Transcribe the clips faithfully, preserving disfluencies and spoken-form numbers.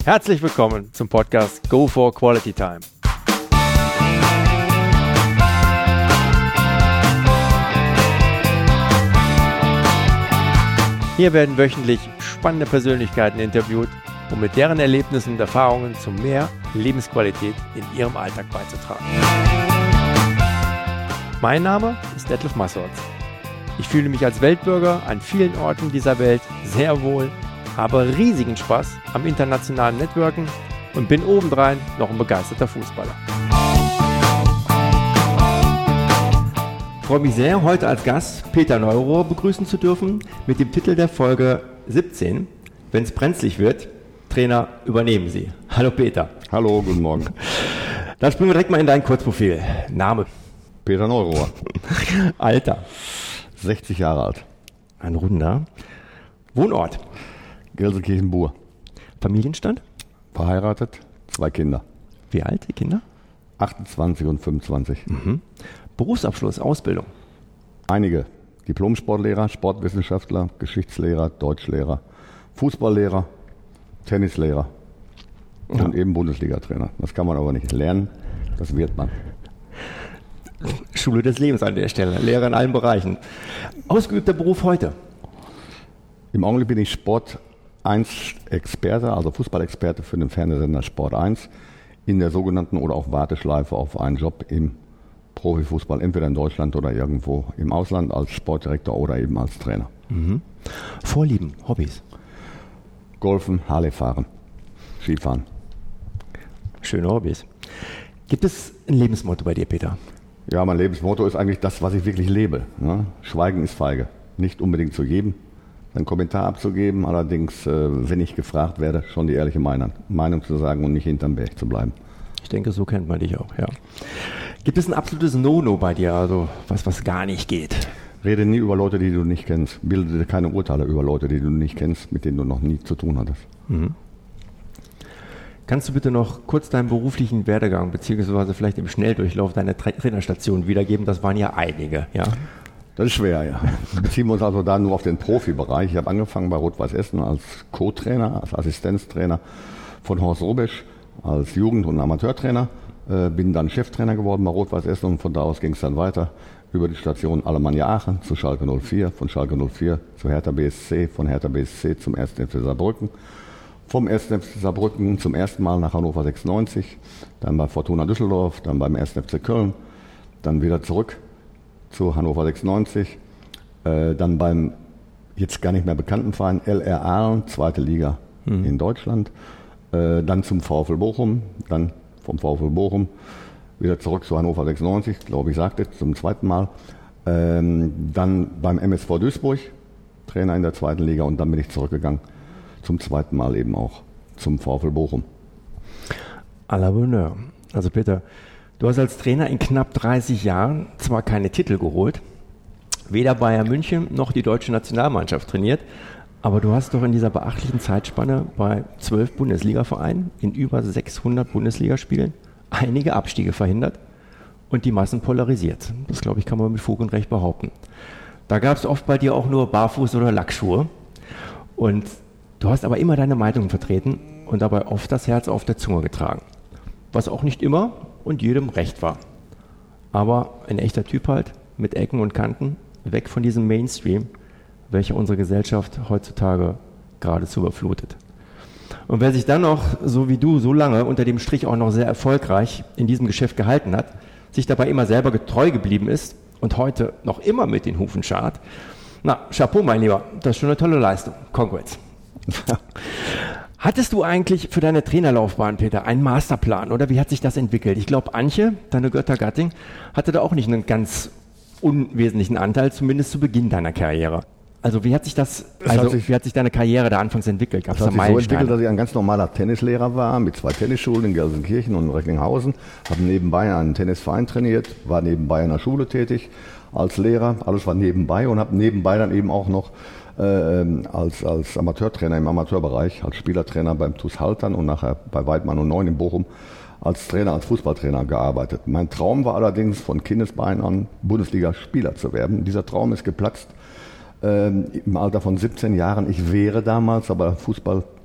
Herzlich willkommen zum Podcast Go for Quality Time. Hier werden wöchentlich spannende Persönlichkeiten interviewt, um mit deren Erlebnissen und Erfahrungen zu mehr Lebensqualität in ihrem Alltag beizutragen. Mein Name ist Detlef Massortz. Ich fühle mich als Weltbürger an vielen Orten dieser Welt sehr wohl, habe riesigen Spaß am internationalen Networken und bin obendrein noch ein begeisterter Fußballer. Ich freue mich sehr, heute als Gast Peter Neurohr begrüßen zu dürfen mit dem Titel der Folge siebzehn. Wenn es brenzlig wird, Trainer, übernehmen Sie. Hallo Peter. Hallo, guten Morgen. Dann springen wir direkt mal in dein Kurzprofil. Name? Peter Neurohr. Alter? sechzig Jahre alt. Ein Runder. Wohnort? Gelsenkirchen-Bur. Familienstand? Verheiratet, zwei Kinder. Wie alt, die Kinder? achtundzwanzig und fünfundzwanzig. Mhm. Berufsabschluss, Ausbildung? Einige. Diplom-Sportlehrer, Sportwissenschaftler, Geschichtslehrer, Deutschlehrer, Fußballlehrer, Tennislehrer Ja. und eben Bundesliga-Trainer. Das kann man aber nicht lernen, das wird man. Schule des Lebens an der Stelle, Lehrer in allen Bereichen. Ausgeübter Beruf heute? Im Augenblick bin ich Sport eins Experte, also Fußballexperte für den Fernsehsender Sport eins in der sogenannten oder auch Warteschleife auf einen Job im Profifußball, entweder in Deutschland oder irgendwo im Ausland als Sportdirektor oder eben als Trainer. Mhm. Vorlieben, Hobbys? Golfen, Harley fahren, Skifahren. Schöne Hobbys. Gibt es ein Lebensmotto bei dir, Peter? Ja, mein Lebensmotto ist eigentlich das, was ich wirklich lebe. Ne? Schweigen ist feige. Nicht unbedingt zu jedem einen Kommentar abzugeben, allerdings, äh, wenn ich gefragt werde, schon die ehrliche Meinung, Meinung zu sagen und nicht hinterm Berg zu bleiben. Ich denke, so kennt man dich auch, ja. Gibt es ein absolutes No-No bei dir, also was, was gar nicht geht? Rede nie über Leute, die du nicht kennst. Bilde dir keine Urteile über Leute, die du nicht kennst, mit denen du noch nie zu tun hattest. Mhm. Kannst du bitte noch kurz deinen beruflichen Werdegang beziehungsweise vielleicht im Schnelldurchlauf deiner Tra- Trainerstation wiedergeben? Das waren ja einige, ja. Das ist schwer, ja. Beziehen wir uns also da nur auf den Profibereich. Ich habe angefangen bei Rot-Weiß Essen als Co-Trainer, als Assistenztrainer von Horst Rubisch, als Jugend- und Amateurtrainer. Äh, bin dann Cheftrainer geworden bei Rot-Weiß Essen und von da aus ging es dann weiter über die Station Alemannia Aachen zu Schalke null vier, von Schalke null vier zu Hertha B S C, von Hertha B S C zum ersten F C Saarbrücken, vom ersten F C Saarbrücken zum ersten Mal nach Hannover sechsundneunzig, dann bei Fortuna Düsseldorf, dann beim ersten F C Köln, dann wieder zurück zu Hannover sechsundneunzig, äh, dann beim jetzt gar nicht mehr bekannten Verein L R Aalen, zweite Liga mhm. in Deutschland, äh, dann zum VfL Bochum, dann vom VfL Bochum wieder zurück zu Hannover sechsundneunzig, glaube ich, sagte zum zweiten Mal, ähm, dann beim M S V Duisburg, Trainer in der zweiten Liga und dann bin ich zurückgegangen zum zweiten Mal eben auch zum VfL Bochum. À la Bonheur. Also Peter, du hast als Trainer in knapp dreißig Jahren zwar keine Titel geholt, weder Bayern München noch die deutsche Nationalmannschaft trainiert, aber du hast doch in dieser beachtlichen Zeitspanne bei zwölf Bundesliga-Vereinen in über sechshundert Bundesligaspielen einige Abstiege verhindert und die Massen polarisiert. Das, glaube ich, kann man mit Fug und Recht behaupten. Da gab es oft bei dir auch nur Barfuß- oder Lackschuhe und du hast aber immer deine Meinung vertreten und dabei oft das Herz auf der Zunge getragen, was auch nicht immer und jedem recht war. Aber ein echter Typ halt, mit Ecken und Kanten, weg von diesem Mainstream, welcher unsere Gesellschaft heutzutage geradezu überflutet. Und wer sich dann noch, so wie du, so lange unter dem Strich auch noch sehr erfolgreich in diesem Geschäft gehalten hat, sich dabei immer selber getreu geblieben ist und heute noch immer mit den Hufen scharrt, na, Chapeau, mein Lieber, das ist schon eine tolle Leistung. Congrats. Hattest du eigentlich für deine Trainerlaufbahn, Peter, einen Masterplan oder wie hat sich das entwickelt? Ich glaube, Antje, deine Göttergattin, hatte da auch nicht einen ganz unwesentlichen Anteil, zumindest zu Beginn deiner Karriere. Also wie hat sich das, also hat sich, wie hat sich deine Karriere da anfangs entwickelt? Gab's das hat da sich so entwickelt, dass ich ein ganz normaler Tennislehrer war, mit zwei Tennisschulen in Gelsenkirchen und in Recklinghausen, habe nebenbei einen Tennisverein trainiert, war nebenbei in der Schule tätig als Lehrer, alles war nebenbei und habe nebenbei dann eben auch noch äh, als, als Amateurtrainer im Amateurbereich, als Spielertrainer beim T U S Haltern und nachher bei Weidmann und Neun in Bochum als Trainer, als Fußballtrainer gearbeitet. Mein Traum war allerdings von Kindesbeinen an Bundesliga-Spieler zu werden. Dieser Traum ist geplatzt. Ähm, im Alter von siebzehn Jahren. Ich wäre damals, aber Fußball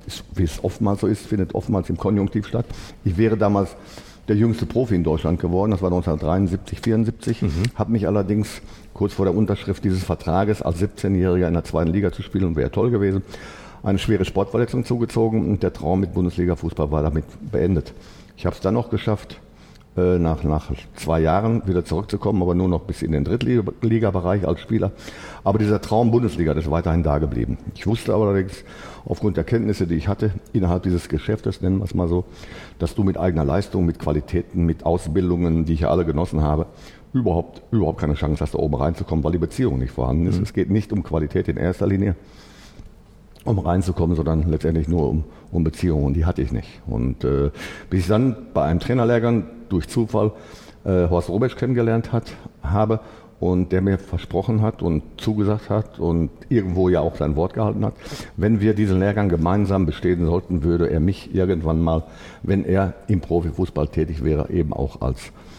wie es oftmals so ist, findet oftmals im Konjunktiv statt. Ich wäre damals der jüngste Profi in Deutschland geworden, das war neunzehnhundertdreiundsiebzig, vierundsiebzig, mhm. habe mich allerdings kurz vor der Unterschrift dieses Vertrages als siebzehnjähriger in der zweiten Liga zu spielen, wäre toll gewesen, eine schwere Sportverletzung zugezogen und der Traum mit Bundesliga-Fußball war damit beendet. Ich habe es dann noch geschafft, Nach, nach zwei Jahren wieder zurückzukommen, aber nur noch bis in den Drittliga-Bereich als Spieler. Aber dieser Traum Bundesliga, das ist weiterhin da geblieben. Ich wusste aber allerdings, aufgrund der Kenntnisse, die ich hatte, innerhalb dieses Geschäftes, nennen wir es mal so, dass du mit eigener Leistung, mit Qualitäten, mit Ausbildungen, die ich ja alle genossen habe, überhaupt, überhaupt keine Chance hast, da oben reinzukommen, weil die Beziehung nicht vorhanden ist. Mhm. Es geht nicht um Qualität in erster Linie, um reinzukommen, sondern letztendlich nur um, um Beziehungen, und die hatte ich nicht. Und äh, bis ich dann bei einem Trainerlehrgang durch Zufall äh, Horst Hrubesch kennengelernt hat, habe und der mir versprochen hat und zugesagt hat und irgendwo ja auch sein Wort gehalten hat, wenn wir diesen Lehrgang gemeinsam bestehen sollten, würde er mich irgendwann mal, wenn er im Profifußball tätig wäre, eben auch als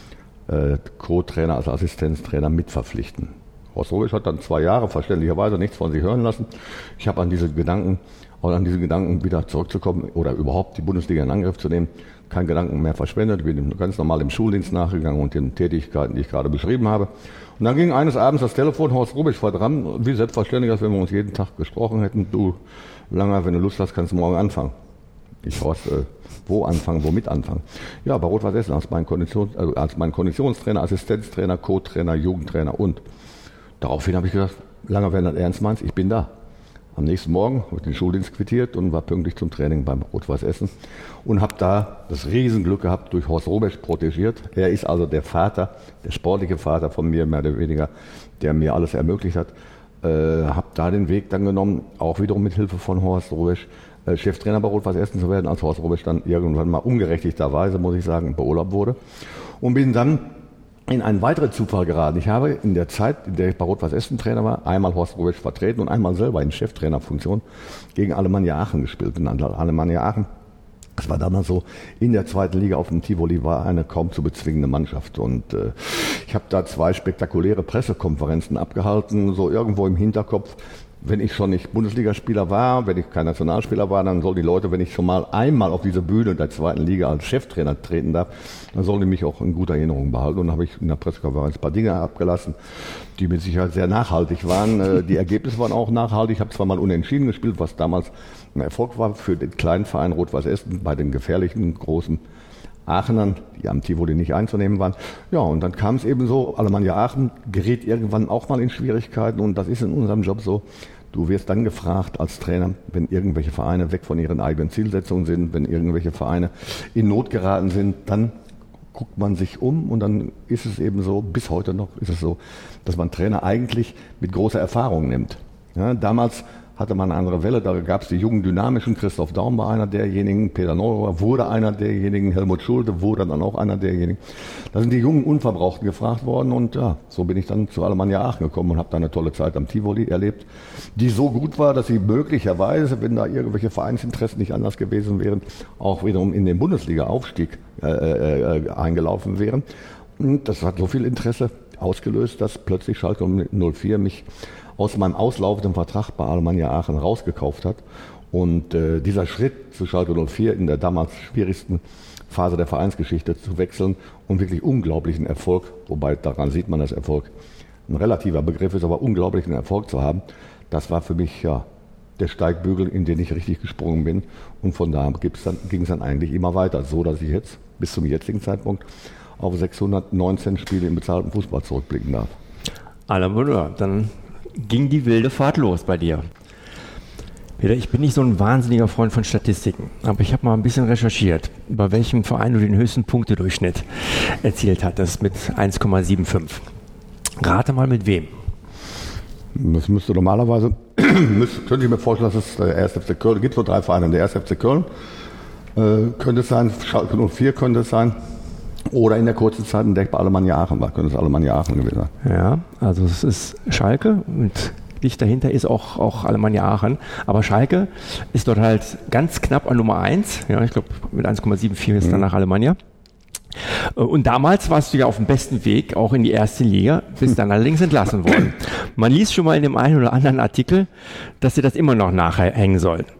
äh, Co-Trainer, als Assistenztrainer mitverpflichten. Horst Hrubesch hat dann zwei Jahre verständlicherweise nichts von sich hören lassen. Ich habe an diese Gedanken, auch an diese Gedanken wieder zurückzukommen oder überhaupt die Bundesliga in Angriff zu nehmen, keinen Gedanken mehr verschwendet. Ich bin ganz normal im Schuldienst nachgegangen und den Tätigkeiten, die ich gerade beschrieben habe. Und dann ging eines Abends das Telefon, Horst Hrubesch war dran, wie selbstverständlich, als wenn wir uns jeden Tag gesprochen hätten. Du, Langer, wenn du Lust hast, kannst du morgen anfangen. Ich Horst, äh, wo anfangen, womit anfangen? Ja, bei Rot-Weiß Essen als mein, Konditions, also als mein Konditionstrainer, Assistenztrainer, Co-Trainer, Jugendtrainer und. Daraufhin habe ich gesagt, Langer, wenn du das ernst meinst, ich bin da. Am nächsten Morgen habe ich den Schuldienst quittiert und war pünktlich zum Training beim Rot-Weiß Essen und habe da das Riesenglück gehabt, durch Horst Hrubesch protegiert. Er ist also der Vater, der sportliche Vater von mir, mehr oder weniger, der mir alles ermöglicht hat. Äh, habe da den Weg dann genommen, auch wiederum mit Hilfe von Horst Hrubesch, äh, Cheftrainer bei Rot-Weiß Essen zu werden, als Horst Hrubesch dann irgendwann mal ungerechtigterweise, muss ich sagen, beurlaubt wurde. Und bin dann in einen weiteren Zufall geraten. Ich habe in der Zeit, in der ich bei Rot-Weiß Essen Trainer war, einmal Horst Hrubesch vertreten und einmal selber in Cheftrainerfunktion gegen Alemannia Aachen gespielt. Und Alemannia Aachen, das war damals so, in der zweiten Liga auf dem Tivoli war eine kaum zu bezwingende Mannschaft. Und äh, ich habe da zwei spektakuläre Pressekonferenzen abgehalten, so irgendwo im Hinterkopf. Wenn ich schon nicht Bundesligaspieler war, wenn ich kein Nationalspieler war, dann sollen die Leute, wenn ich schon mal einmal auf diese Bühne der zweiten Liga als Cheftrainer treten darf, dann sollen die mich auch in guter Erinnerung behalten. Und dann habe ich in der Pressekonferenz ein paar Dinge abgelassen, die mit Sicherheit sehr nachhaltig waren. Die Ergebnisse waren auch nachhaltig. Ich habe zwar mal unentschieden gespielt, was damals ein Erfolg war für den kleinen Verein Rot-Weiß Essen bei den gefährlichen großen Aachenern, die am Tivoli nicht einzunehmen waren. Ja, und dann kam es eben so, Alemannia Aachen gerät irgendwann auch mal in Schwierigkeiten und das ist in unserem Job so. Du wirst dann gefragt als Trainer, wenn irgendwelche Vereine weg von ihren eigenen Zielsetzungen sind, wenn irgendwelche Vereine in Not geraten sind, dann guckt man sich um und dann ist es eben so, bis heute noch ist es so, dass man Trainer eigentlich mit großer Erfahrung nimmt. Ja, damals hatte man eine andere Welle, da gab es die jungen Dynamischen, Christoph Daum war einer derjenigen, Peter Neurohr wurde einer derjenigen, Helmut Schulte wurde dann auch einer derjenigen. Da sind die jungen Unverbrauchten gefragt worden und ja, so bin ich dann zu Alemannia Aachen gekommen und habe da eine tolle Zeit am Tivoli erlebt, die so gut war, dass sie möglicherweise, wenn da irgendwelche Vereinsinteressen nicht anders gewesen wären, auch wiederum in den Bundesliga-Aufstieg äh, äh, eingelaufen wären. Und das hat so viel Interesse ausgelöst, dass plötzlich Schalke null vier mich aus meinem auslaufenden Vertrag bei Alemannia Aachen rausgekauft hat. Und äh, dieser Schritt zu Schalke null vier in der damals schwierigsten Phase der Vereinsgeschichte zu wechseln und wirklich unglaublichen Erfolg, wobei daran sieht man, dass Erfolg ein relativer Begriff ist, aber unglaublichen Erfolg zu haben, das war für mich ja der Steigbügel, in den ich richtig gesprungen bin. Und von da ging es dann eigentlich immer weiter, so dass ich jetzt bis zum jetzigen Zeitpunkt auf sechshundertneunzehn Spiele im bezahlten Fußball zurückblicken darf. À la bonne heure. Dann ging die wilde Fahrt los bei dir. Peter, ich bin nicht so ein wahnsinniger Freund von Statistiken, aber ich habe mal ein bisschen recherchiert, bei welchem Verein du den höchsten Punktedurchschnitt erzielt hattest mit eins Komma fünfundsiebzig. Rate mal mit wem? Das müsste normalerweise, müsste, könnte ich mir vorstellen, dass es der erste F C Köln, es gibt so drei Vereine, der erste F C Köln äh, könnte es sein, Schalke null vier könnte es sein. Oder in der kurzen Zeit, in der ich bei Alemannia Aachen war, könnte es Alemannia Aachen gewesen sein. Ja, also es ist Schalke und dicht dahinter ist auch, auch Alemannia Aachen. Aber Schalke ist dort halt ganz knapp an Nummer eins. Ja, ich glaube mit eins Komma vierundsiebzig ist danach mhm. Alemannia. Und damals warst du ja auf dem besten Weg, auch in die erste Liga, bist dann allerdings entlassen worden. Man liest schon mal in dem einen oder anderen Artikel, dass dir das immer noch nachhängen soll.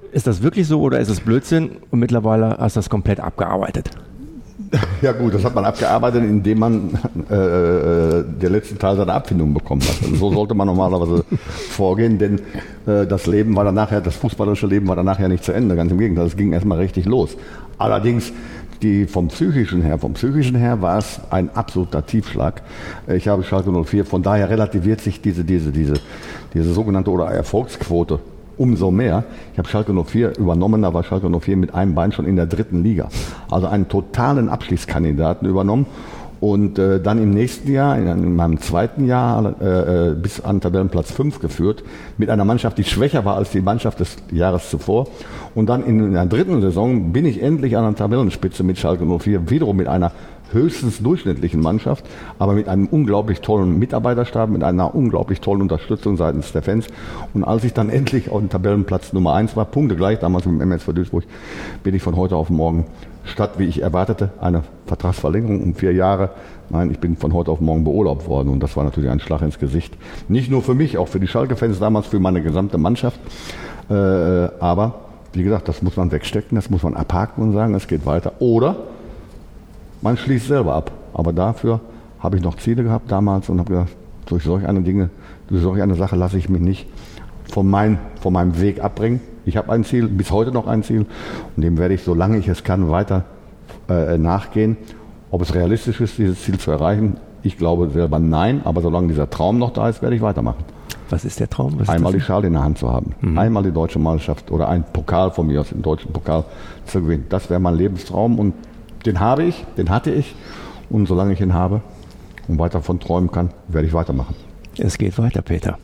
Ist das wirklich so oder ist es Blödsinn und mittlerweile hast du das komplett abgearbeitet? Ja gut, das hat man abgearbeitet, indem man äh, der letzten Teil seiner Abfindung bekommen hat. Also so sollte man normalerweise vorgehen, denn äh, das Leben war dann nachher, das fußballerische Leben war dann nachher nicht zu Ende, ganz im Gegenteil, es ging erstmal richtig los. Allerdings die vom psychischen her, vom psychischen her war es ein absoluter Tiefschlag. Ich habe Schalke null vier, von daher relativiert sich diese, diese, diese, diese sogenannte oder Erfolgsquote umso mehr. Ich habe Schalke null vier übernommen, da war Schalke null vier mit einem Bein schon in der dritten Liga. Also einen totalen Abschließkandidaten übernommen. Und äh, dann im nächsten Jahr, in, in meinem zweiten Jahr, äh, bis an Tabellenplatz fünf geführt, mit einer Mannschaft, die schwächer war als die Mannschaft des Jahres zuvor. Und dann in, in der dritten Saison bin ich endlich an der Tabellenspitze mit Schalke null vier, wiederum mit einer höchstens durchschnittlichen Mannschaft, aber mit einem unglaublich tollen Mitarbeiterstab, mit einer unglaublich tollen Unterstützung seitens der Fans. Und als ich dann endlich auf dem Tabellenplatz Nummer eins war, punktegleich, damals mit dem M S V Duisburg, bin ich von heute auf morgen, statt wie ich erwartete, eine Vertragsverlängerung um vier Jahre, nein, ich bin von heute auf morgen beurlaubt worden und das war natürlich ein Schlag ins Gesicht. Nicht nur für mich, auch für die Schalke-Fans damals, für meine gesamte Mannschaft, äh, aber wie gesagt, das muss man wegstecken, das muss man abhaken und sagen, es geht weiter. Oder man schließt selber ab. Aber dafür habe ich noch Ziele gehabt damals und habe gesagt, durch solch eine Dinge, durch solch eine Sache lasse ich mich nicht von, mein, von meinem Weg abbringen. Ich habe ein Ziel, bis heute noch ein Ziel und dem werde ich, solange ich es kann, weiter äh, nachgehen. Ob es realistisch ist, dieses Ziel zu erreichen, ich glaube selber nein, aber solange dieser Traum noch da ist, werde ich weitermachen. Was ist der Traum? Was Einmal die Schale in der Hand zu haben, mhm. einmal die deutsche Meisterschaft oder ein Pokal von mir aus, den deutschen Pokal zu gewinnen. Das wäre mein Lebenstraum und den habe ich, den hatte ich und solange ich ihn habe und weiter davon träumen kann, werde ich weitermachen. Es geht weiter, Peter.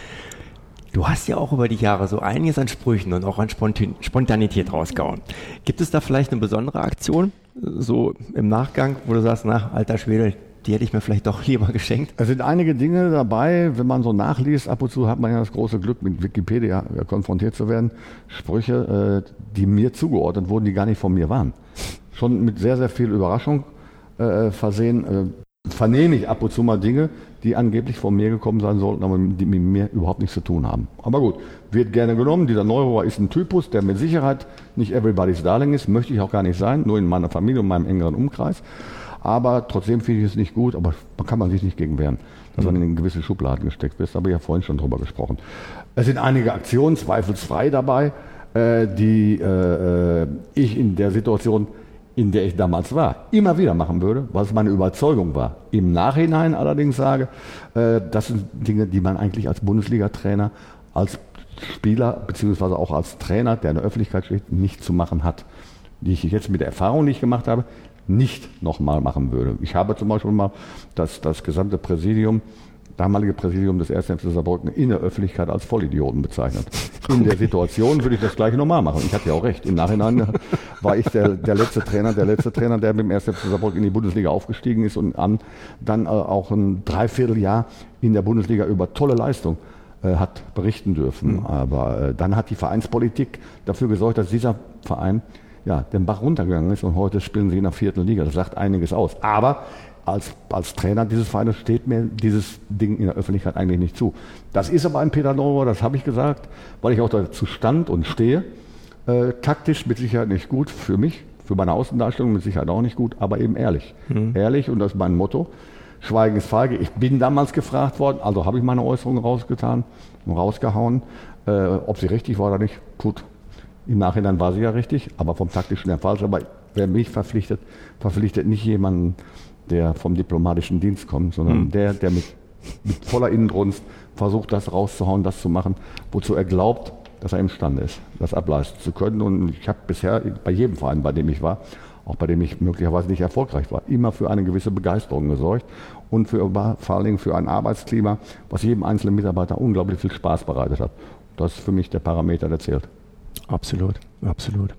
Du hast ja auch über die Jahre so einiges an Sprüchen und auch an Spontanität rausgehauen. Gibt es da vielleicht eine besondere Aktion, so im Nachgang, wo du sagst, na, alter Schwede, die hätte ich mir vielleicht doch lieber geschenkt? Es sind einige Dinge dabei, wenn man so nachliest, ab und zu hat man ja das große Glück, mit Wikipedia konfrontiert zu werden, Sprüche, die mir zugeordnet wurden, die gar nicht von mir waren. Schon mit sehr, sehr viel Überraschung äh, versehen, äh, vernehme ich ab und zu mal Dinge, die angeblich von mir gekommen sein sollten, aber die mit mir überhaupt nichts zu tun haben. Aber gut, wird gerne genommen. Dieser Neurohrer ist ein Typus, der mit Sicherheit nicht everybody's darling ist, möchte ich auch gar nicht sein, nur in meiner Familie und meinem engeren Umkreis. Aber trotzdem finde ich es nicht gut, aber man kann man sich nicht gegen wehren, dass man in gewisse Schubladen gesteckt wird. Da habe ich ja vorhin schon drüber gesprochen. Es sind einige Aktionen zweifelsfrei dabei, äh, die äh, ich in der Situation, in der ich damals war, immer wieder machen würde, was meine Überzeugung war. Im Nachhinein allerdings sage, äh, das sind Dinge, die man eigentlich als Bundesliga-Trainer, als Spieler beziehungsweise auch als Trainer, der in der Öffentlichkeit steht, nicht zu machen hat. Die ich jetzt mit der Erfahrung, die ich gemacht habe, nicht nochmal machen würde. Ich habe zum Beispiel mal das, das gesamte Präsidium, damalige Präsidium des ersten F C Saarbrücken in der Öffentlichkeit als Vollidioten bezeichnet. In der Situation würde ich das gleiche nochmal machen. Ich hatte ja auch recht. Im Nachhinein war ich der, der letzte Trainer, der letzte Trainer, der mit dem ersten F C Saarbrücken in die Bundesliga aufgestiegen ist und an, dann äh, auch ein Dreivierteljahr in der Bundesliga über tolle Leistung äh, hat berichten dürfen. Mhm. Aber äh, dann hat die Vereinspolitik dafür gesorgt, dass dieser Verein ja, den Bach runtergegangen ist und heute spielen sie in der vierten Liga. Das sagt einiges aus. Aber Als, als Trainer dieses Vereins steht mir dieses Ding in der Öffentlichkeit eigentlich nicht zu. Das ist aber ein Peter Neurohrer, das habe ich gesagt, weil ich auch dazu stand und stehe. Äh, taktisch mit Sicherheit nicht gut für mich, für meine Außendarstellung mit Sicherheit auch nicht gut, aber eben ehrlich. Mhm. Ehrlich, und das ist mein Motto. Schweigen ist feige. Ich bin damals gefragt worden, also habe ich meine Äußerungen rausgetan und rausgehauen. Äh, ob sie richtig war oder nicht, gut. Im Nachhinein war sie ja richtig, aber vom taktischen her falsch. Aber wer mich verpflichtet, verpflichtet nicht jemanden, der vom diplomatischen Dienst kommt, sondern mhm. der, der mit, mit voller Innenbrunst versucht, das rauszuhauen, das zu machen, wozu er glaubt, dass er imstande ist, das ableisten zu können. Und ich habe bisher bei jedem Verein, bei dem ich war, auch bei dem ich möglicherweise nicht erfolgreich war, immer für eine gewisse Begeisterung gesorgt und für, vor allen Dingen für ein Arbeitsklima, was jedem einzelnen Mitarbeiter unglaublich viel Spaß bereitet hat. Das ist für mich der Parameter, der zählt. Absolut, absolut.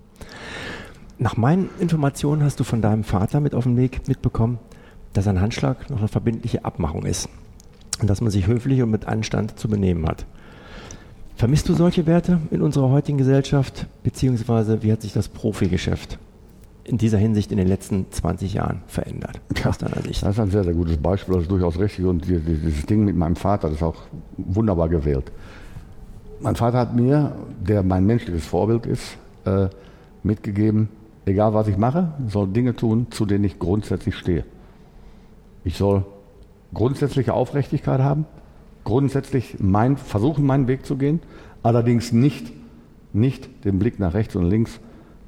Nach meinen Informationen hast du von deinem Vater mit auf dem Weg mitbekommen, dass ein Handschlag noch eine verbindliche Abmachung ist und dass man sich höflich und mit Anstand zu benehmen hat. Vermisst du solche Werte in unserer heutigen Gesellschaft, beziehungsweise wie hat sich das Profigeschäft in dieser Hinsicht in den letzten zwanzig Jahren verändert? Ja, aus deiner Sicht? Das ist ein sehr, sehr gutes Beispiel, das ist durchaus richtig und dieses Ding mit meinem Vater, das ist auch wunderbar gewählt. mein Vater hat mir, der mein menschliches Vorbild ist, äh, mitgegeben, egal was ich mache, soll Dinge tun, zu denen ich grundsätzlich stehe. Ich soll grundsätzliche Aufrichtigkeit haben, grundsätzlich mein, versuchen, meinen Weg zu gehen, allerdings nicht, nicht den Blick nach rechts und links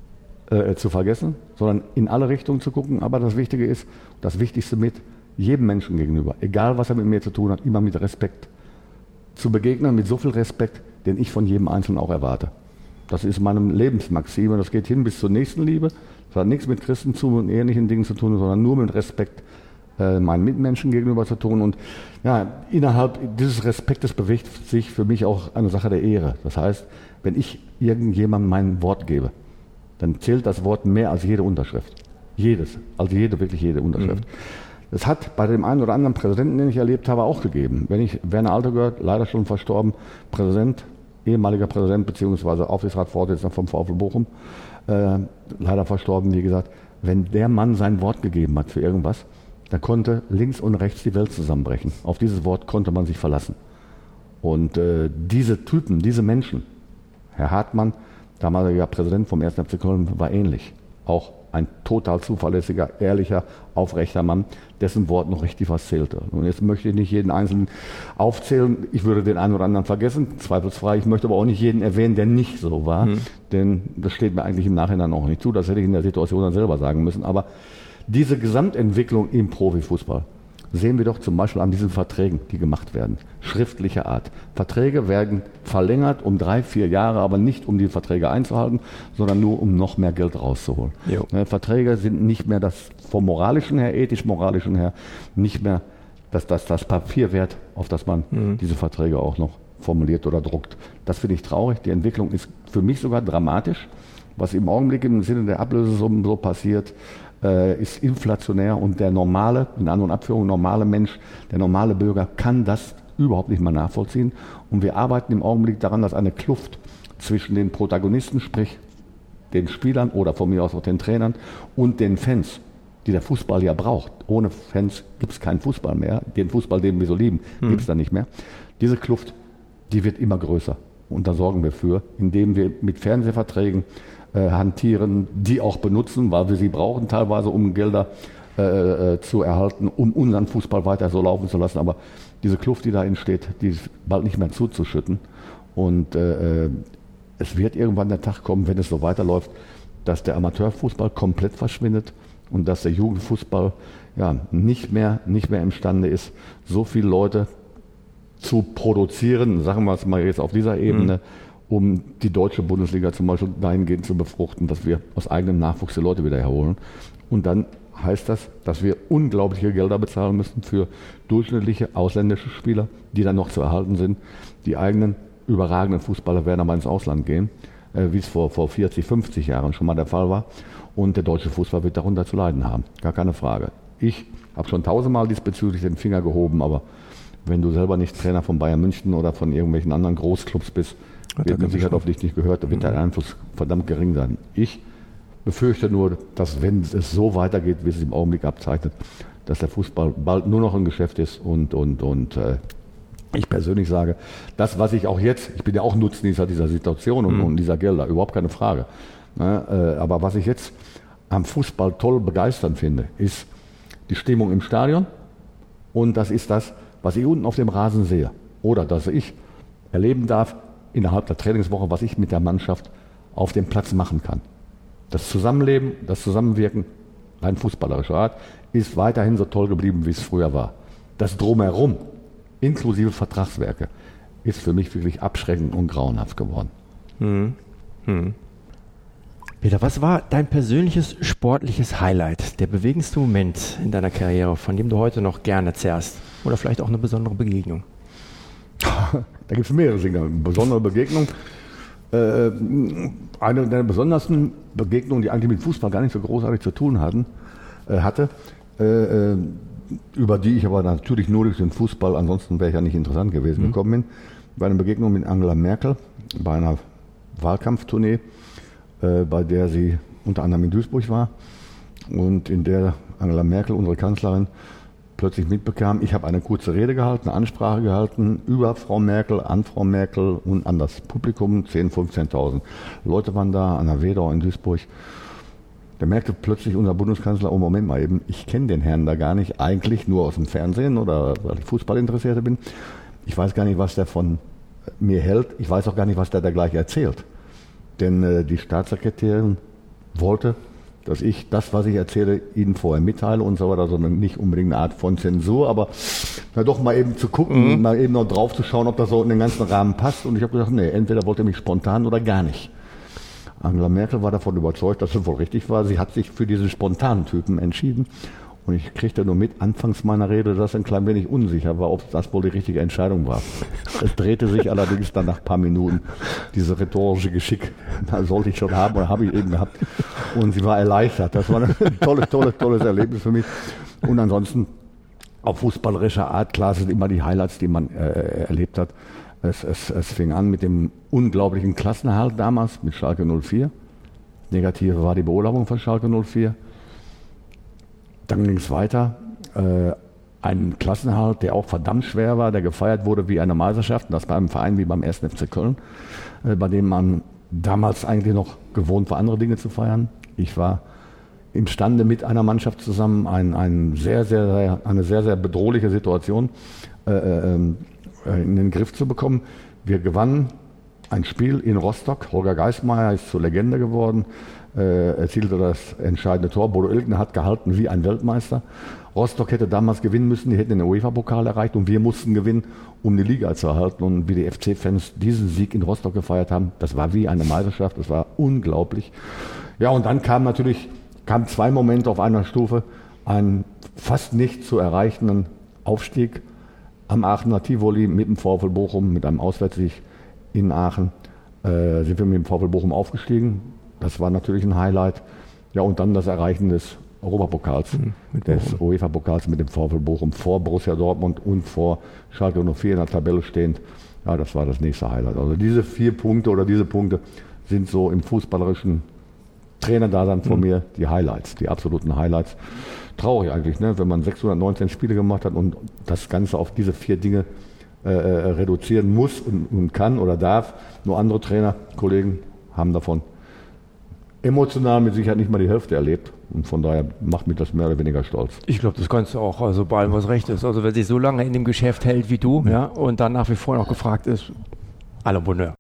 äh, zu vergessen, sondern in alle Richtungen zu gucken. Aber das Wichtige ist, das Wichtigste mit jedem Menschen gegenüber, egal was er mit mir zu tun hat, immer mit Respekt zu begegnen, mit so viel Respekt, den ich von jedem Einzelnen auch erwarte. Das ist meine Lebensmaxime, das geht hin bis zur Nächstenliebe. Das hat nichts mit Christentum und ähnlichen Dingen zu tun, sondern nur mit Respekt äh, meinen Mitmenschen gegenüber zu tun. Und ja, innerhalb dieses Respektes bewegt sich für mich auch eine Sache der Ehre. Das heißt, wenn ich irgendjemandem mein Wort gebe, dann zählt das Wort mehr als jede Unterschrift. Jedes, also jede, wirklich jede Unterschrift. Mhm. Das hat bei dem einen oder anderen Präsidenten, den ich erlebt habe, auch gegeben. Wenn ich, Werner Altegört, leider schon verstorben, Präsident, ehemaliger Präsident bzw. Aufsichtsratsvorsitzender vom VfL Bochum, äh, leider verstorben, wie gesagt, wenn der Mann sein Wort gegeben hat für irgendwas, dann konnte links und rechts die Welt zusammenbrechen. Auf dieses Wort konnte man sich verlassen. Und äh, diese Typen, diese Menschen, Herr Hartmann, damaliger Präsident vom ersten F C Köln, war ähnlich. Auch ein total zuverlässiger, ehrlicher, aufrechter Mann, dessen Wort noch richtig was zählte. Und jetzt möchte ich nicht jeden Einzelnen aufzählen. Ich würde den einen oder anderen vergessen, zweifelsfrei. Ich möchte aber auch nicht jeden erwähnen, der nicht so war. Mhm. Denn das steht mir eigentlich im Nachhinein auch nicht zu. Das hätte ich in der Situation dann selber sagen müssen. Aber diese Gesamtentwicklung im Profifußball sehen wir doch zum Beispiel an diesen Verträgen, die gemacht werden. Schriftlicher Art. Verträge werden verlängert um drei, vier Jahre, aber nicht um die Verträge einzuhalten, sondern nur um noch mehr Geld rauszuholen. Jo. Verträge sind nicht mehr das vom Moralischen her, ethisch-moralischen her, nicht mehr das, das, das Papier wert, auf das man mhm. diese Verträge auch noch formuliert oder druckt. Das finde ich traurig. Die Entwicklung ist für mich sogar dramatisch. Was im Augenblick im Sinne der Ablösesummen so passiert, ist inflationär und der normale, in An- und Abführung normale Mensch, der normale Bürger kann das überhaupt nicht mehr nachvollziehen. Und wir arbeiten im Augenblick daran, dass eine Kluft zwischen den Protagonisten, sprich den Spielern oder von mir aus auch den Trainern und den Fans, die der Fußball ja braucht. Ohne Fans gibt es keinen Fußball mehr. Den Fußball, den wir so lieben, hm. gibt es dann nicht mehr. Diese Kluft, die wird immer größer. Und da sorgen wir für, indem wir mit Fernsehverträgen Äh, hantieren, die auch benutzen, weil wir sie brauchen teilweise, um Gelder äh, äh, zu erhalten, um unseren Fußball weiter so laufen zu lassen. Aber diese Kluft, die da entsteht, die ist bald nicht mehr zuzuschütten. Und äh, es wird irgendwann der Tag kommen, wenn es so weiterläuft, dass der Amateurfußball komplett verschwindet und dass der Jugendfußball ja, nicht mehr, nicht mehr imstande ist, so viele Leute zu produzieren, sagen wir es mal jetzt auf dieser Ebene, mhm. um die deutsche Bundesliga zum Beispiel dahingehend zu befruchten, dass wir aus eigenem Nachwuchs die Leute wieder herholen. Und dann heißt das, dass wir unglaubliche Gelder bezahlen müssen für durchschnittliche ausländische Spieler, die dann noch zu erhalten sind. Die eigenen überragenden Fußballer werden aber ins Ausland gehen, äh, wie es vor, vor vierzig, fünfzig Jahren schon mal der Fall war. Und der deutsche Fußball wird darunter zu leiden haben, gar keine Frage. Ich habe schon tausendmal diesbezüglich den Finger gehoben, aber wenn du selber nicht Trainer von Bayern München oder von irgendwelchen anderen Großclubs bist, wird mit Sicherheit auf dich nicht gehört, da wird der Einfluss verdammt gering sein. Ich befürchte nur, dass wenn es so weitergeht, wie es sich im Augenblick abzeichnet, dass der Fußball bald nur noch ein Geschäft ist und, und, und äh, ich persönlich sage, das, was ich auch jetzt, ich bin ja auch Nutznießer dieser Situation und, mhm. und dieser Gelder, überhaupt keine Frage. Ne, äh, aber was ich jetzt am Fußball toll begeistern finde, ist die Stimmung im Stadion und das ist das, was ich unten auf dem Rasen sehe oder dass ich erleben darf, innerhalb der Trainingswoche, was ich mit der Mannschaft auf dem Platz machen kann. Das Zusammenleben, das Zusammenwirken, rein fußballerischer Art, ist weiterhin so toll geblieben, wie es früher war. Das Drumherum, inklusive Vertragswerke, ist für mich wirklich abschreckend und grauenhaft geworden. Hm. Hm. Peter, was war dein persönliches sportliches Highlight, der bewegendste Moment in deiner Karriere, von dem du heute noch gerne zehrst? Oder vielleicht auch eine besondere Begegnung? Da gibt es mehrere Dinge. Eine besondere Begegnung. Äh, eine der besondersten Begegnungen, die eigentlich mit Fußball gar nicht so großartig zu tun hatten, äh, hatte, äh, über die ich aber natürlich nur durch den Fußball, ansonsten wäre ich ja nicht interessant gewesen, mhm. gekommen bin, war eine Begegnung mit Angela Merkel bei einer Wahlkampftournee, äh, bei der sie unter anderem in Duisburg war und in der Angela Merkel, unsere Kanzlerin, plötzlich mitbekam, ich habe eine kurze Rede gehalten, eine Ansprache gehalten über Frau Merkel, an Frau Merkel und an das Publikum, zehntausend, fünfzehntausend Leute waren da, an der Wedau in Duisburg. Da merkte plötzlich unser Bundeskanzler, oh Moment mal eben, ich kenne den Herrn da gar nicht, eigentlich nur aus dem Fernsehen oder weil ich Fußballinteressierte bin. Ich weiß gar nicht, was der von mir hält, ich weiß auch gar nicht, was der da gleich erzählt. Denn äh, die Staatssekretärin wollte, dass ich das, was ich erzähle, Ihnen vorher mitteile und so weiter, sondern nicht unbedingt eine Art von Zensur, aber na doch mal eben zu gucken, mhm. mal eben noch drauf zu schauen, ob das so in den ganzen Rahmen passt. Und ich habe gesagt, nee, entweder wollte er mich spontan oder gar nicht. Angela Merkel war davon überzeugt, dass es wohl richtig war. Sie hat sich für diesen spontanen Typen entschieden. Und ich kriegte nur mit, anfangs meiner Rede, dass ein klein wenig unsicher war, ob das wohl die richtige Entscheidung war. Es drehte sich allerdings dann nach ein paar Minuten diese rhetorische Geschick. Da sollte ich schon haben oder habe ich eben gehabt. Und sie war erleichtert. Das war ein tolles, tolles, tolles Erlebnis für mich. Und ansonsten auf fußballerischer Art, klar sind immer die Highlights, die man äh, erlebt hat. Es, es, es fing an mit dem unglaublichen Klassenerhalt damals mit Schalke null vier. Negative war die Beurlaubung von Schalke null vier. Dann ging es weiter, äh, ein Klassenerhalt, der auch verdammt schwer war, der gefeiert wurde wie eine Meisterschaft, und das bei einem Verein wie beim ersten F C Köln, äh, bei dem man damals eigentlich noch gewohnt war, andere Dinge zu feiern. Ich war imstande, mit einer Mannschaft zusammen ein, ein sehr, sehr, sehr, eine sehr, sehr bedrohliche Situation äh, äh, in den Griff zu bekommen. Wir gewannen ein Spiel in Rostock, Holger Geismeier ist zur Legende geworden, Äh, erzielte das entscheidende Tor. Bodo Illgner hat gehalten wie ein Weltmeister. Rostock hätte damals gewinnen müssen, die hätten den UEFA-Pokal erreicht und wir mussten gewinnen, um die Liga zu erhalten. Und wie die F C-Fans diesen Sieg in Rostock gefeiert haben, das war wie eine Meisterschaft, das war unglaublich. Ja, und dann kam natürlich, kamen zwei Momente auf einer Stufe, einen fast nicht zu erreichenden Aufstieg am Aachener Tivoli mit dem VfL Bochum, mit einem Auswärtssieg in Aachen, äh, sind wir mit dem VfL Bochum aufgestiegen. Das war natürlich ein Highlight. Ja, und dann das Erreichen des Europapokals, mhm, des UEFA-Pokals mit dem VfL Bochum vor Borussia Dortmund und vor Schalke null vier in der Tabelle stehend. Ja, das war das nächste Highlight. Also diese vier Punkte oder diese Punkte sind so im fußballerischen Trainerdasein von mhm. mir die Highlights, die absoluten Highlights. Traurig eigentlich, ne? Wenn man sechshundertneunzehn Spiele gemacht hat und das Ganze auf diese vier Dinge äh, reduzieren muss und, und kann oder darf. Nur andere Trainer, Kollegen haben davon emotional mit Sicherheit nicht mal die Hälfte erlebt. Und von daher macht mich das mehr oder weniger stolz. Ich glaube, das kannst du auch, also bei allem, was recht ist. Also wer sich so lange in dem Geschäft hält wie du, ja, und dann nach wie vor noch gefragt ist, à la Bonheur.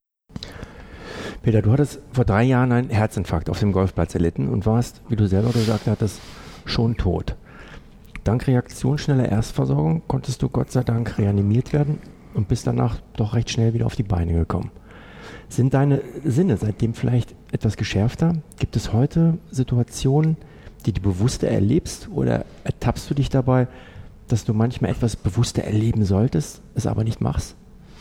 Peter, du hattest vor drei Jahren einen Herzinfarkt auf dem Golfplatz erlitten und warst, wie du selber gesagt hattest, schon tot. Dank reaktionsschneller Erstversorgung konntest du Gott sei Dank reanimiert werden und bist danach doch recht schnell wieder auf die Beine gekommen. Sind deine Sinne seitdem vielleicht etwas geschärfter? Gibt es heute Situationen, die du bewusster erlebst, oder ertappst du dich dabei, dass du manchmal etwas bewusster erleben solltest, es aber nicht machst?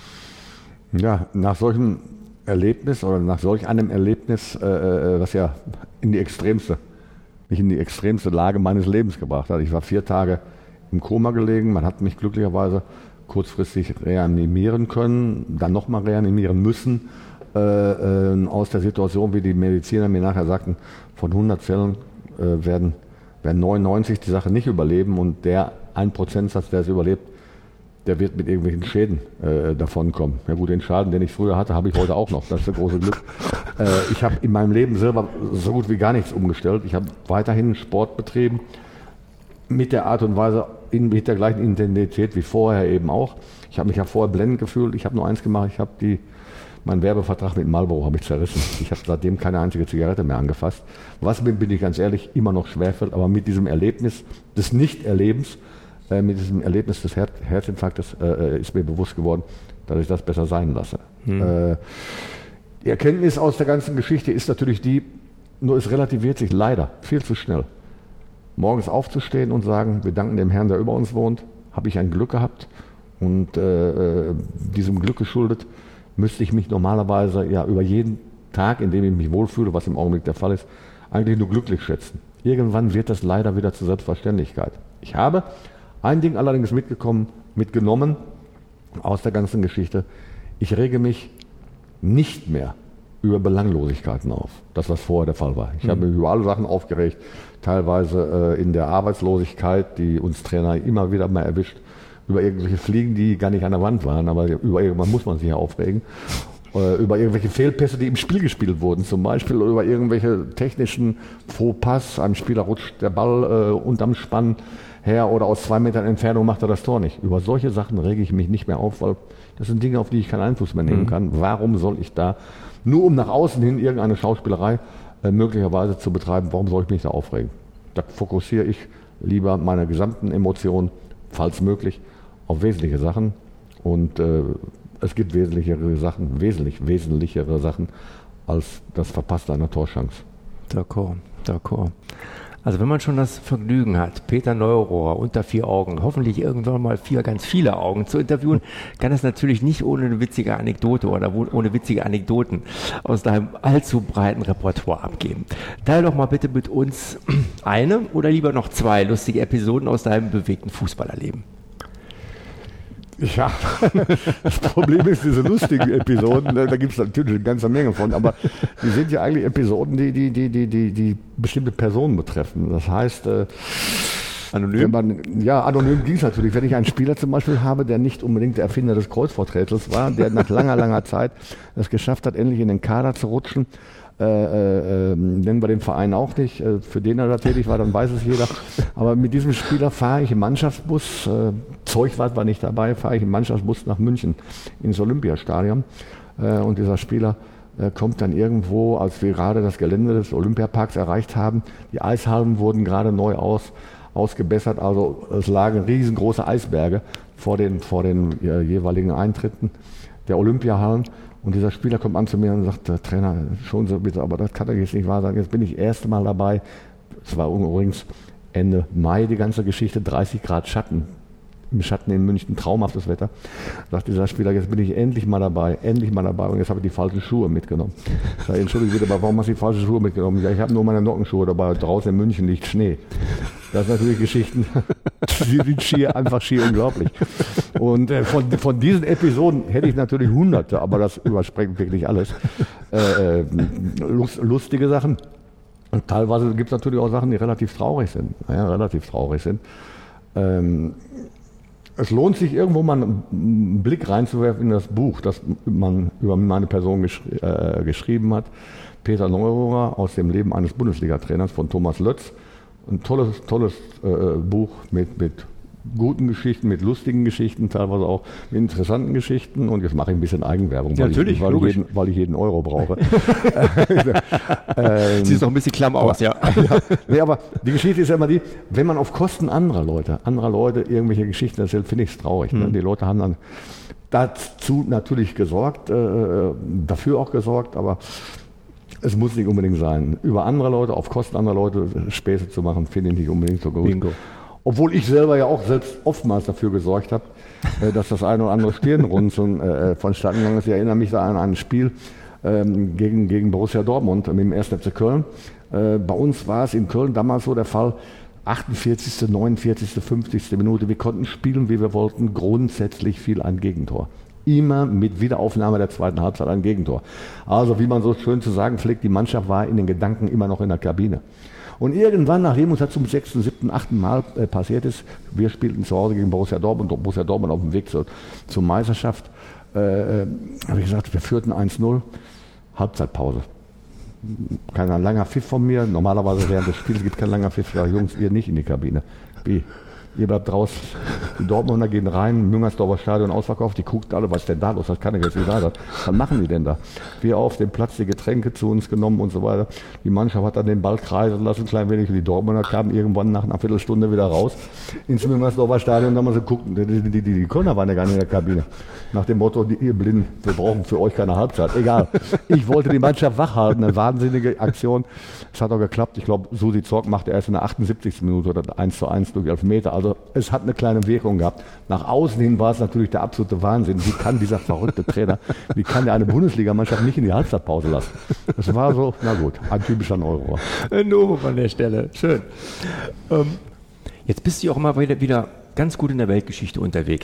Ja, nach solchem Erlebnis oder nach solch einem Erlebnis, äh, was ja in die extremste, mich in die extremste Lage meines Lebens gebracht hat. Ich war vier Tage im Koma gelegen, man hat mich glücklicherweise kurzfristig reanimieren können, dann nochmal reanimieren müssen. Äh, äh, aus der Situation, wie die Mediziner mir nachher sagten, von hundert Fällen äh, werden, werden neunundneunzig die Sache nicht überleben, und der ein Prozentsatz, der es überlebt, der wird mit irgendwelchen Schäden äh, davonkommen. Ja gut, den Schaden, den ich früher hatte, habe ich heute auch noch. Das ist das große Glück. Äh, ich habe in meinem Leben selber so gut wie gar nichts umgestellt. Ich habe weiterhin Sport betrieben, mit der Art und Weise, in, mit der gleichen Intensität wie vorher eben auch. Ich habe mich ja vorher blendend gefühlt. Ich habe nur eins gemacht, ich habe die Mein Werbevertrag mit Marlboro habe ich zerrissen. Ich habe seitdem keine einzige Zigarette mehr angefasst. Was mir, bin ich ganz ehrlich, immer noch schwerfällt. Aber mit diesem Erlebnis des Nichterlebens, äh, mit diesem Erlebnis des Her- Herzinfarktes äh, ist mir bewusst geworden, dass ich das besser sein lasse. Hm. Äh, die Erkenntnis aus der ganzen Geschichte ist natürlich die, nur es relativiert sich leider viel zu schnell. Morgens aufzustehen und sagen, wir danken dem Herrn, der über uns wohnt, habe ich ein Glück gehabt, und äh, diesem Glück geschuldet müsste ich mich normalerweise ja über jeden Tag, in dem ich mich wohlfühle, was im Augenblick der Fall ist, eigentlich nur glücklich schätzen. Irgendwann wird das leider wieder zur Selbstverständlichkeit. Ich habe ein Ding allerdings mitgekommen, mitgenommen aus der ganzen Geschichte. Ich rege mich nicht mehr über Belanglosigkeiten auf. Das, was vorher der Fall war. Ich mhm. habe mich über alle Sachen aufgeregt, teilweise äh, in der Arbeitslosigkeit, die uns Trainer immer wieder mal erwischt, über irgendwelche Fliegen, die gar nicht an der Wand waren, aber über irgendwann muss man sich ja aufregen. Äh, über irgendwelche Fehlpässe, die im Spiel gespielt wurden, zum Beispiel, oder über irgendwelche technischen Fauxpas. Einem Spieler rutscht der Ball äh, unterm Spann her oder aus zwei Metern Entfernung macht er das Tor nicht. Über solche Sachen rege ich mich nicht mehr auf, weil das sind Dinge, auf die ich keinen Einfluss mehr nehmen mhm. kann. Warum soll ich da, nur um nach außen hin irgendeine Schauspielerei äh, möglicherweise zu betreiben, warum soll ich mich da aufregen? Da fokussiere ich lieber meine gesamten Emotionen, falls möglich, auf wesentliche Sachen. Und äh, es gibt wesentlichere Sachen, wesentlich wesentlichere Sachen als das Verpasste einer Torchance. D'accord, d'accord. Also wenn man schon das Vergnügen hat, Peter Neururer unter vier Augen, hoffentlich irgendwann mal vier ganz viele Augen zu interviewen, kann das natürlich nicht ohne eine witzige Anekdote oder ohne witzige Anekdoten aus deinem allzu breiten Repertoire abgehen. Teil doch mal bitte mit uns eine oder lieber noch zwei lustige Episoden aus deinem bewegten Fußballerleben. Ja, das Problem ist, diese lustigen Episoden, da gibt es natürlich eine ganze Menge von, aber die sind ja eigentlich Episoden, die, die, die, die, die, die bestimmte Personen betreffen. Das heißt, äh, anonym? Wenn man, ja, anonym ging es natürlich. Wenn ich einen Spieler zum Beispiel habe, der nicht unbedingt der Erfinder des Kreuzworträtsels war, der nach langer, langer Zeit es geschafft hat, endlich in den Kader zu rutschen, Äh, äh, nennen wir den Verein auch nicht, äh, für den er da tätig war, dann weiß es jeder. Aber mit diesem Spieler fahre ich im Mannschaftsbus, äh, Zeugwart war nicht dabei, fahre ich im Mannschaftsbus nach München ins Olympiastadion. Äh, und dieser Spieler äh, kommt dann irgendwo, als wir gerade das Gelände des Olympiaparks erreicht haben, die Eishallen wurden gerade neu aus, ausgebessert, also es lagen riesengroße Eisberge vor den, vor den äh, jeweiligen Eintritten der Olympiahallen. Und dieser Spieler kommt an zu mir und sagt, der Trainer, schon so bitte, aber das kann doch jetzt nicht wahr sein. Jetzt bin ich das erste Mal dabei. Es war übrigens Ende Mai die ganze Geschichte, dreißig Grad Schatten. Im Schatten in München, traumhaftes Wetter. Sagt dieser Spieler, jetzt bin ich endlich mal dabei, endlich mal dabei. Und jetzt habe ich die falschen Schuhe mitgenommen. Ich sage, entschuldige bitte, aber warum hast du die falschen Schuhe mitgenommen? Ja, ich habe nur meine Nockenschuhe dabei. Draußen in München liegt Schnee. Das sind natürlich Geschichten, die sind schier, einfach schier unglaublich. Und äh, von, von diesen Episoden hätte ich natürlich hunderte, aber das überspringt wirklich alles. Äh, äh, lust, lustige Sachen. Und teilweise gibt es natürlich auch Sachen, die relativ traurig sind. Ja, relativ traurig sind. Ähm, Es lohnt sich, irgendwo mal einen Blick reinzuwerfen in das Buch, das man über meine Person geschri- äh, geschrieben hat. Peter Neururer aus dem Leben eines Bundesliga-Trainers von Thomas Lötz. Ein tolles, tolles äh, Buch mit, mit guten Geschichten, mit lustigen Geschichten, teilweise auch mit interessanten Geschichten. Und jetzt mache ich ein bisschen Eigenwerbung, ja, weil, natürlich, ich, weil, ich jeden, weil ich jeden Euro brauche. ähm, Siehst noch ein bisschen klamm aus, ja. ja. Nee, aber die Geschichte ist ja immer die, wenn man auf Kosten anderer Leute, anderer Leute irgendwelche Geschichten erzählt, finde ich es traurig. Mhm. Ne? Die Leute haben dann dazu natürlich gesorgt, äh, dafür auch gesorgt, aber es muss nicht unbedingt sein. Über andere Leute, auf Kosten anderer Leute Späße zu machen, finde ich nicht unbedingt so gut. Bingo. Obwohl ich selber ja auch selbst oftmals dafür gesorgt habe, äh, dass das eine oder andere Stirnrunzeln äh, vonstatten gegangen ist. Ich erinnere mich da an ein Spiel ähm, gegen, gegen Borussia Dortmund mit dem ersten F C Köln. Äh, bei uns war es in Köln damals so der Fall, achtundvierzigste, neunundvierzigste, fünfzigste Minute. Wir konnten spielen, wie wir wollten, grundsätzlich viel ein Gegentor. Immer mit Wiederaufnahme der zweiten Halbzeit ein Gegentor. Also wie man so schön zu sagen pflegt, die Mannschaft war in den Gedanken immer noch in der Kabine. Und irgendwann, nachdem uns das zum sechsten, siebten, achten Mal äh, passiert ist, wir spielten zu Hause gegen Borussia Dortmund, und Borussia Dortmund auf dem Weg zur, zur Meisterschaft, äh, habe ich gesagt, wir führten eins null, Halbzeitpause. Kein langer Pfiff von mir, normalerweise während des Spiels gibt es kein langer Pfiff, ich sage, Jungs, ihr nicht in die Kabine. Wie? Ihr bleibt draußen, die Dortmunder gehen rein, Müngersdorfer Stadion ausverkauft, die gucken alle, was ist denn da los, das kann ich jetzt nicht sein. Was machen die denn da? Wir auf dem Platz die Getränke zu uns genommen und so weiter. Die Mannschaft hat dann den Ball kreisen lassen, ein klein wenig, und die Dortmunder kamen irgendwann nach einer Viertelstunde wieder raus ins Müngersdorfer Stadion und dann mal so gucken, die, die, die, die Kölner waren ja gar nicht in der Kabine. Nach dem Motto, die, ihr Blinden, wir brauchen für euch keine Halbzeit. Egal. Ich wollte die Mannschaft wachhalten, eine wahnsinnige Aktion. Es hat auch geklappt. Ich glaube, Susi Zorc machte erst in der achtundsiebzigsten Minute oder eins zu eins durch Elfmeter. Also es hat eine kleine Wirkung gehabt. Nach außen hin war es natürlich der absolute Wahnsinn. Wie kann dieser verrückte Trainer, wie kann der eine Bundesligamannschaft nicht in die Halbzeitpause lassen? Das war so, na gut, ein typischer Neurohr. Ein Novum an der Stelle, schön. Ähm, jetzt bist du auch immer wieder, wieder ganz gut in der Weltgeschichte unterwegs.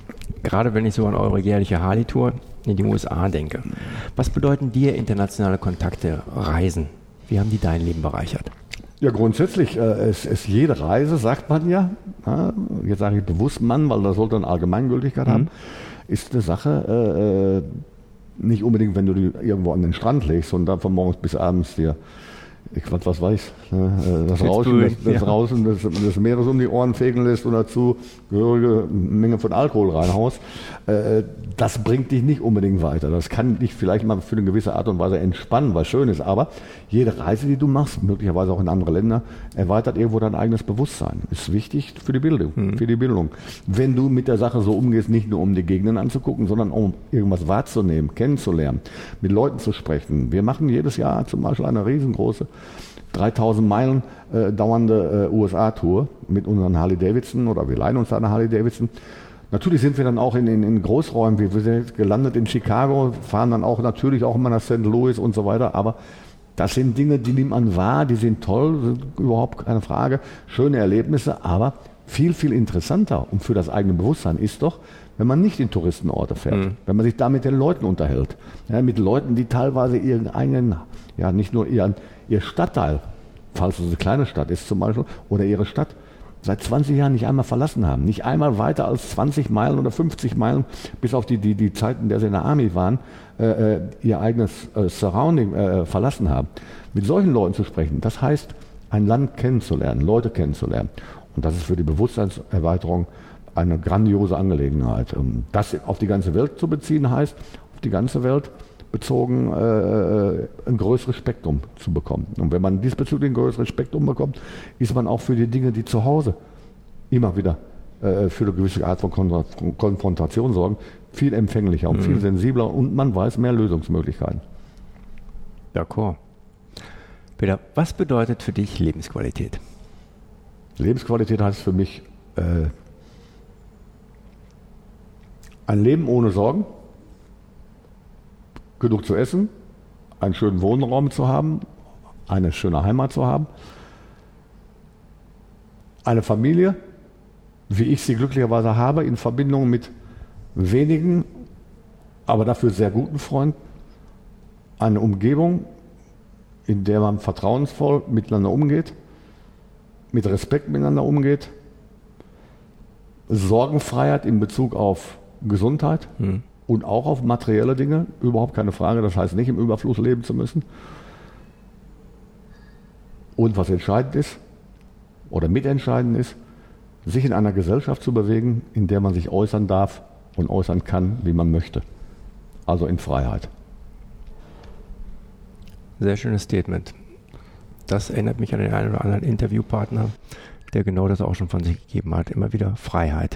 Gerade wenn ich so an eure jährliche Harley-Tour in die U S A denke. Was bedeuten dir internationale Kontakte, Reisen? Wie haben die dein Leben bereichert? Ja, grundsätzlich äh, ist, ist jede Reise, sagt man ja, ja, jetzt sage ich bewusst Mann, weil das sollte eine Allgemeingültigkeit mhm. haben, ist eine Sache, äh, nicht unbedingt, wenn du die irgendwo an den Strand legst, sondern von morgens bis abends dir, ich was, was weiß, ne, das Rauschen, das, das ja. Rauschen des, des Meeres um die Ohren fegen lässt und dazu gehörige Menge von Alkohol reinhaust, äh, das bringt dich nicht unbedingt weiter. Das kann dich vielleicht mal für eine gewisse Art und Weise entspannen, was schön ist, aber jede Reise, die du machst, möglicherweise auch in andere Länder, erweitert irgendwo dein eigenes Bewusstsein. Ist wichtig für die Bildung, mhm. für die Bildung. Wenn du mit der Sache so umgehst, nicht nur um die Gegenden anzugucken, sondern um irgendwas wahrzunehmen, kennenzulernen, mit Leuten zu sprechen. Wir machen jedes Jahr zum Beispiel eine riesengroße dreitausend Meilen äh, dauernde äh, U S A-Tour mit unseren Harley-Davidson oder wir leihen uns da eine Harley-Davidson. Natürlich sind wir dann auch in, in, in Großräumen, wir sind jetzt gelandet in Chicago, fahren dann auch natürlich auch immer nach Sankt Louis und so weiter, aber das sind Dinge, die nimmt man wahr, die sind toll, sind überhaupt keine Frage, schöne Erlebnisse, aber viel, viel interessanter und für das eigene Bewusstsein ist doch, wenn man nicht in Touristenorte fährt, mhm. wenn man sich da mit den Leuten unterhält, ja, mit Leuten, die teilweise ihren eigenen, ja nicht nur ihren, ihr Stadtteil, falls es eine kleine Stadt ist zum Beispiel, oder ihre Stadt, seit zwanzig Jahren nicht einmal verlassen haben. Nicht einmal weiter als zwanzig Meilen oder fünfzig Meilen, bis auf die, die, die Zeiten, in der sie in der Army waren, äh, ihr eigenes äh, Surrounding äh, verlassen haben. Mit solchen Leuten zu sprechen, das heißt, ein Land kennenzulernen, Leute kennenzulernen. Und das ist für die Bewusstseinserweiterung eine grandiose Angelegenheit. Das auf die ganze Welt zu beziehen, heißt, auf die ganze Welt bezogen äh, ein größeres Spektrum zu bekommen. Und wenn man diesbezüglich ein größeres Spektrum bekommt, ist man auch für die Dinge, die zu Hause immer wieder äh, für eine gewisse Art von Kon- Konfrontation sorgen, viel empfänglicher und mhm. viel sensibler und man weiß mehr Lösungsmöglichkeiten. D'accord. Peter, was bedeutet für dich Lebensqualität? Lebensqualität heißt für mich äh, ein Leben ohne Sorgen, genug zu essen, einen schönen Wohnraum zu haben, eine schöne Heimat zu haben, eine Familie, wie ich sie glücklicherweise habe, in Verbindung mit wenigen, aber dafür sehr guten Freunden, eine Umgebung, in der man vertrauensvoll miteinander umgeht, mit Respekt miteinander umgeht, Sorgenfreiheit in Bezug auf Gesundheit, hm. und auch auf materielle Dinge, überhaupt keine Frage, das heißt nicht im Überfluss leben zu müssen. Und was entscheidend ist, oder mitentscheidend ist, sich in einer Gesellschaft zu bewegen, in der man sich äußern darf und äußern kann, wie man möchte. Also in Freiheit. Sehr schönes Statement. Das erinnert mich an den einen oder anderen Interviewpartner, der genau das auch schon von sich gegeben hat. Immer wieder Freiheit.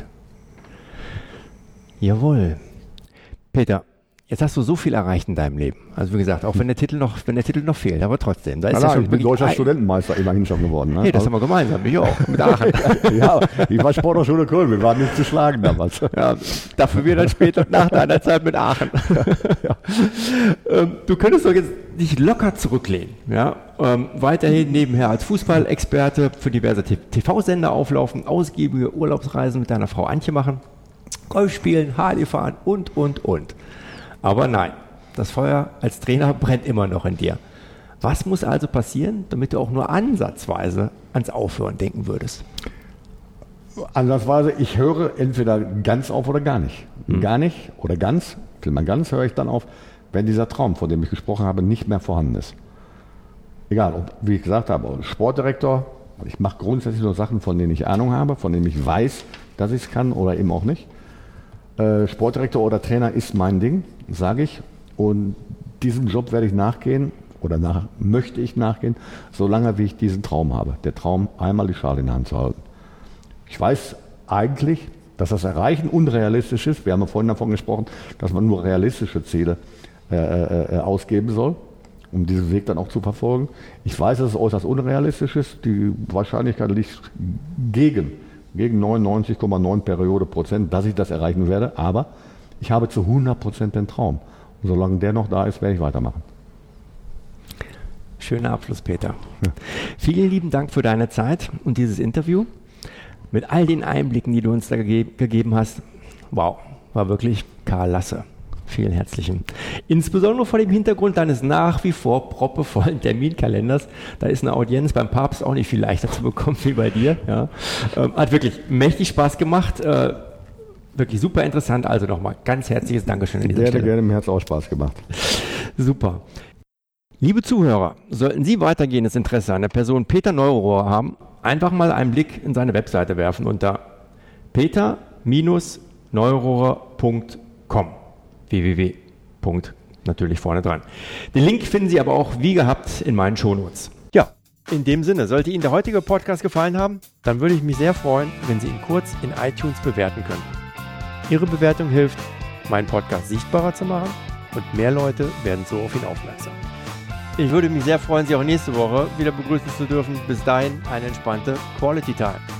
Jawohl. Peter, jetzt hast du so viel erreicht in deinem Leben. Also wie gesagt, auch wenn der Titel noch, wenn der Titel noch fehlt, aber trotzdem. Da ist nein, ja nein, schon ich bin deutscher Studentenmeister immerhin schon geworden. Ne? Hey, das also, haben wir gemeinsam, ich auch, mit Aachen. Ja, ich war Sporthochschule Köln, wir waren nicht zu schlagen damals. Ja, dafür wir dann später nach deiner Zeit mit Aachen. Ja. Ähm, du könntest doch jetzt dich locker zurücklehnen. Ja? Ähm, weiterhin nebenher als Fußballexperte für diverse T V-Sender auflaufen, ausgiebige Urlaubsreisen mit deiner Frau Antje machen, Golf spielen, Harley fahren und, und, und. Aber nein, das Feuer als Trainer brennt immer noch in dir. Was muss also passieren, damit du auch nur ansatzweise ans Aufhören denken würdest? Ansatzweise, ich höre entweder ganz auf oder gar nicht. Hm. Gar nicht oder ganz, will man ganz, höre ich dann auf, wenn dieser Traum, von dem ich gesprochen habe, nicht mehr vorhanden ist. Egal, ob, wie ich gesagt habe, Sportdirektor, ich mache grundsätzlich nur Sachen, von denen ich Ahnung habe, von denen ich weiß, dass ich es kann oder eben auch nicht. Äh, Sportdirektor oder Trainer ist mein Ding, sage ich. Und diesem Job werde ich nachgehen oder nach, möchte ich nachgehen, solange wie ich diesen Traum habe. Der Traum, einmal die Schale in der Hand zu halten. Ich weiß eigentlich, dass das Erreichen unrealistisch ist. Wir haben ja vorhin davon gesprochen, dass man nur realistische Ziele äh, äh, ausgeben soll, um diesen Weg dann auch zu verfolgen. Ich weiß, dass es äußerst unrealistisch ist. Die Wahrscheinlichkeit liegt gegen gegen neunundneunzig Komma neun Periode Prozent, dass ich das erreichen werde, aber ich habe zu hundert Prozent den Traum. Und solange der noch da ist, werde ich weitermachen. Schöner Abschluss, Peter. Ja. Vielen lieben Dank für deine Zeit und dieses Interview. Mit all den Einblicken, die du uns da gege- gegeben hast, Wow, war wirklich klasse. Vielen herzlichen. Insbesondere vor dem Hintergrund deines nach wie vor proppevollen Terminkalenders. Da ist eine Audienz beim Papst auch nicht viel leichter zu bekommen wie bei dir. Ja. Ähm, hat wirklich mächtig Spaß gemacht. Äh, wirklich super interessant. Also nochmal ganz herzliches Dankeschön an dieser Sehr, Stelle. gerne, mir hat es auch Spaß gemacht. Super. Liebe Zuhörer, sollten Sie weitergehendes Interesse an der Person Peter Neururer haben, einfach mal einen Blick in seine Webseite werfen unter peter neururer punkt com. w w w. Natürlich vorne dran. Den Link finden Sie aber auch wie gehabt in meinen Shownotes. Ja, in dem Sinne, sollte Ihnen der heutige Podcast gefallen haben, dann würde ich mich sehr freuen, wenn Sie ihn kurz in iTunes bewerten könnten. Ihre Bewertung hilft, meinen Podcast sichtbarer zu machen und mehr Leute werden so auf ihn aufmerksam. Ich würde mich sehr freuen, Sie auch nächste Woche wieder begrüßen zu dürfen. Bis dahin eine entspannte Quality Time.